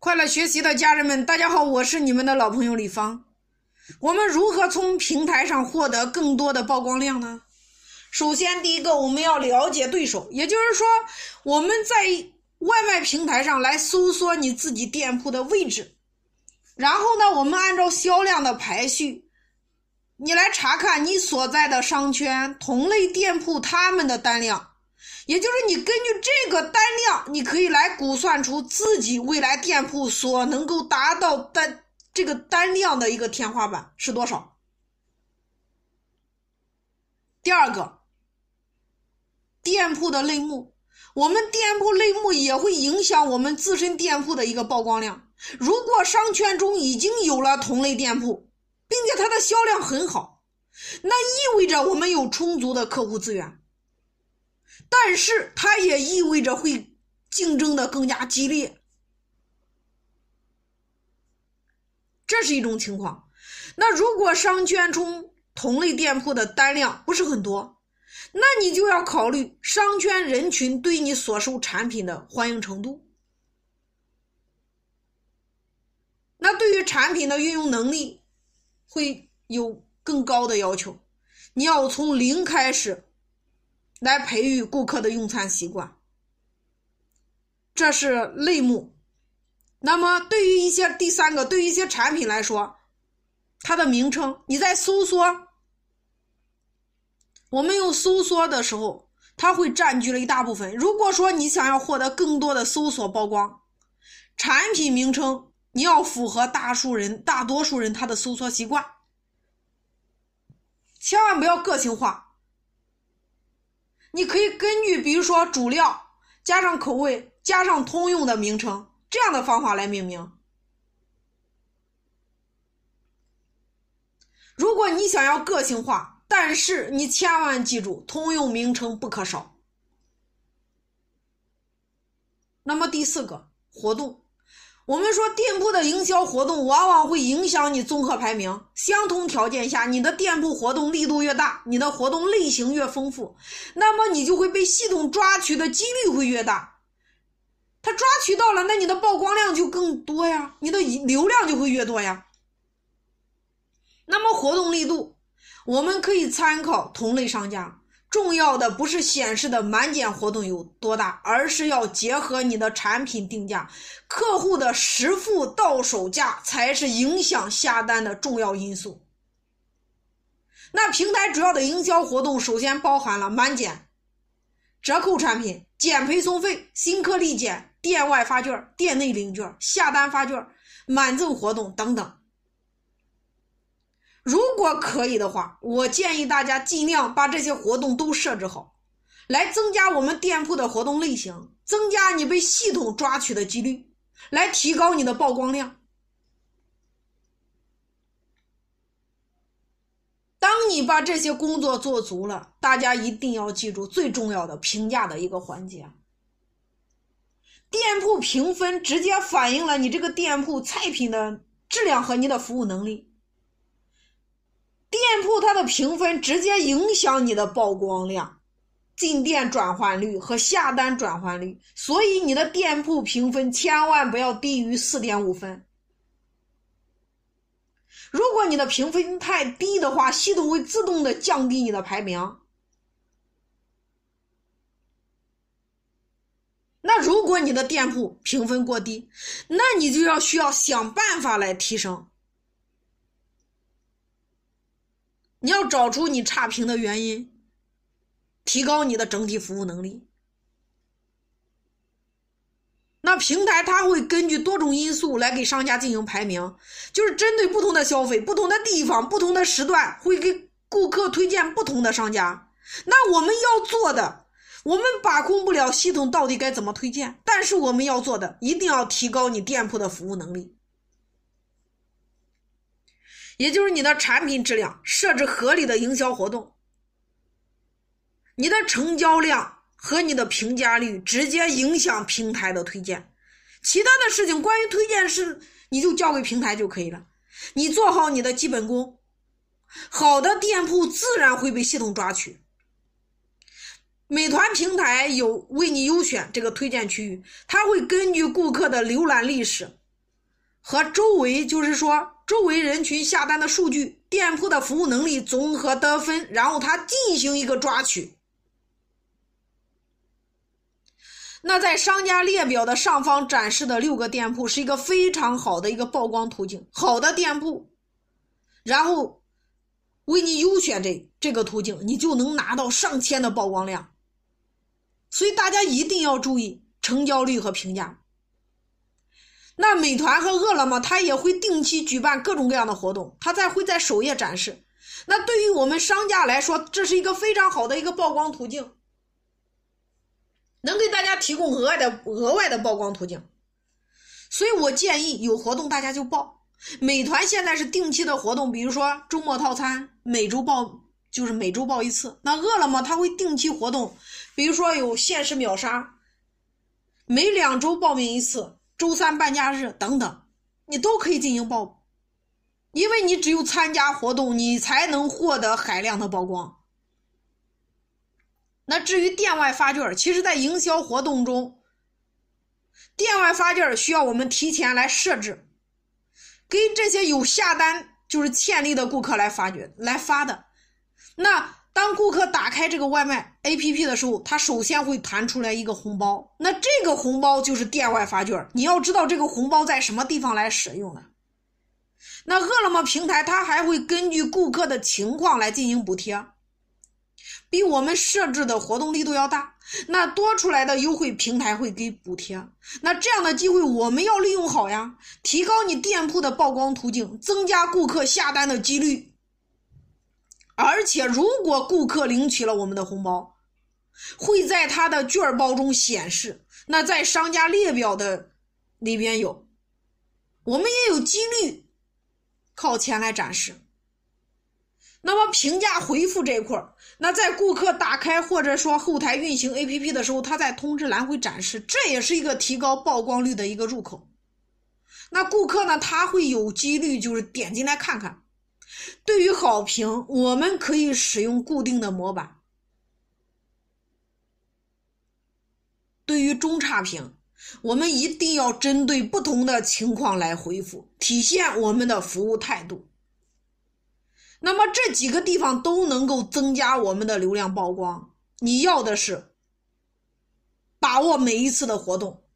快乐学习的家人们，大家好，我是你们的老朋友李芳。我们如何从平台上获得更多的曝光量呢？首先，第一个，我们要了解对手，也就是说，我们在外卖平台上来搜索你自己店铺的位置，然后呢，我们按照销量的排序，你来查看你所在的商圈同类店铺他们的单量。也就是你根据这个单量，你可以来估算出自己未来店铺所能够达到的这个单量的一个天花板是多少。第二个，店铺的类目，我们店铺类目也会影响我们自身店铺的一个曝光量。如果商圈中已经有了同类店铺，并且它的销量很好，那意味着我们有充足的客户资源。但是它也意味着会竞争的更加激烈，这是一种情况。那如果商圈中同类店铺的单量不是很多，那你就要考虑商圈人群对你所售产品的欢迎程度。那对于产品的运用能力会有更高的要求，你要从零开始来培育顾客的用餐习惯，这是类目。那么对于第三个，对于一些产品来说，它的名称，你在搜索，我们用搜索的时候，它会占据了一大部分。如果说你想要获得更多的搜索曝光，产品名称你要符合大多数人他的搜索习惯，千万不要个性化。你可以根据比如说主料加上口味加上通用的名称，这样的方法来命名。如果你想要个性化，但是你千万记住通用名称不可少。那么第四个，活动。我们说店铺的营销活动往往会影响你综合排名。相同条件下，你的店铺活动力度越大，你的活动类型越丰富，那么你就会被系统抓取的几率会越大。它抓取到了，那你的曝光量就更多呀，你的流量就会越多呀。那么活动力度，我们可以参考同类商家。重要的不是显示的满减活动有多大，而是要结合你的产品定价，客户的实付到手价才是影响下单的重要因素。那平台主要的营销活动首先包含了满减、折扣产品、减赔送费、新客立减、店外发券、店内领券、下单发券、满赠活动等等。如果可以的话，我建议大家尽量把这些活动都设置好，来增加我们店铺的活动类型，增加你被系统抓取的几率，来提高你的曝光量。当你把这些工作做足了，大家一定要记住最重要的评价的一个环节。店铺评分直接反映了你这个店铺菜品的质量和你的服务能力。店铺它的评分直接影响你的曝光量、进店转换率和下单转换率，所以你的店铺评分千万不要低于 4.5 分。如果你的评分太低的话，系统会自动的降低你的排名。那如果你的店铺评分过低，那你就需要想办法来提升。你要找出你差评的原因，提高你的整体服务能力。那平台它会根据多种因素来给商家进行排名，就是针对不同的消费、不同的地方、不同的时段，会给顾客推荐不同的商家。那我们要做的，我们把控不了系统到底该怎么推荐，但是我们要做的，一定要提高你店铺的服务能力。也就是你的产品质量，设置合理的营销活动，你的成交量和你的评价率直接影响平台的推荐。其他的事情关于推荐是你就交给平台就可以了，你做好你的基本功，好的店铺自然会被系统抓取。美团平台有为你优选这个推荐区域，它会根据顾客的浏览历史和周围，就是说周围人群下单的数据，店铺的服务能力综合得分，然后它进行一个抓取。那在商家列表的上方展示的6个店铺是一个非常好的一个曝光途径，好的店铺，然后为你优选这个途径，你就能拿到上千的曝光量。所以大家一定要注意成交率和评价。那美团和饿了么它也会定期举办各种各样的活动，它会在首页展示。那对于我们商家来说，这是一个非常好的一个曝光途径，能给大家提供额外的曝光途径。所以我建议有活动大家就报。美团现在是定期的活动，比如说周末套餐，每周报一次。那饿了么它会定期活动，比如说有限时秒杀，每2周报名一次，周3半价日等等，你都可以进行报。因为你只有参加活动，你才能获得海量的曝光。那至于店外发券，其实在营销活动中，店外发券需要我们提前来设置，给这些有下单就是潜力的顾客来发的。那当顾客打开这个外卖 APP 的时候，他首先会弹出来一个红包，那这个红包就是店外发券。你要知道这个红包在什么地方来使用的。那饿了么平台它还会根据顾客的情况来进行补贴，比我们设置的活动力度要大，那多出来的优惠平台会给补贴。那这样的机会我们要利用好呀，提高你店铺的曝光途径，增加顾客下单的几率。而且如果顾客领取了我们的红包，会在他的券包中显示，那在商家列表的里边有，我们也有几率靠前来展示。那么评价回复这一块，那在顾客打开或者说后台运行 APP 的时候，它在通知栏会展示，这也是一个提高曝光率的一个入口。那顾客呢，他会有几率就是点进来看看。对于好评，我们可以使用固定的模板。对于中差评，我们一定要针对不同的情况来回复，体现我们的服务态度。那么这几个地方都能够增加我们的流量曝光。你要的是把握每一次的活动，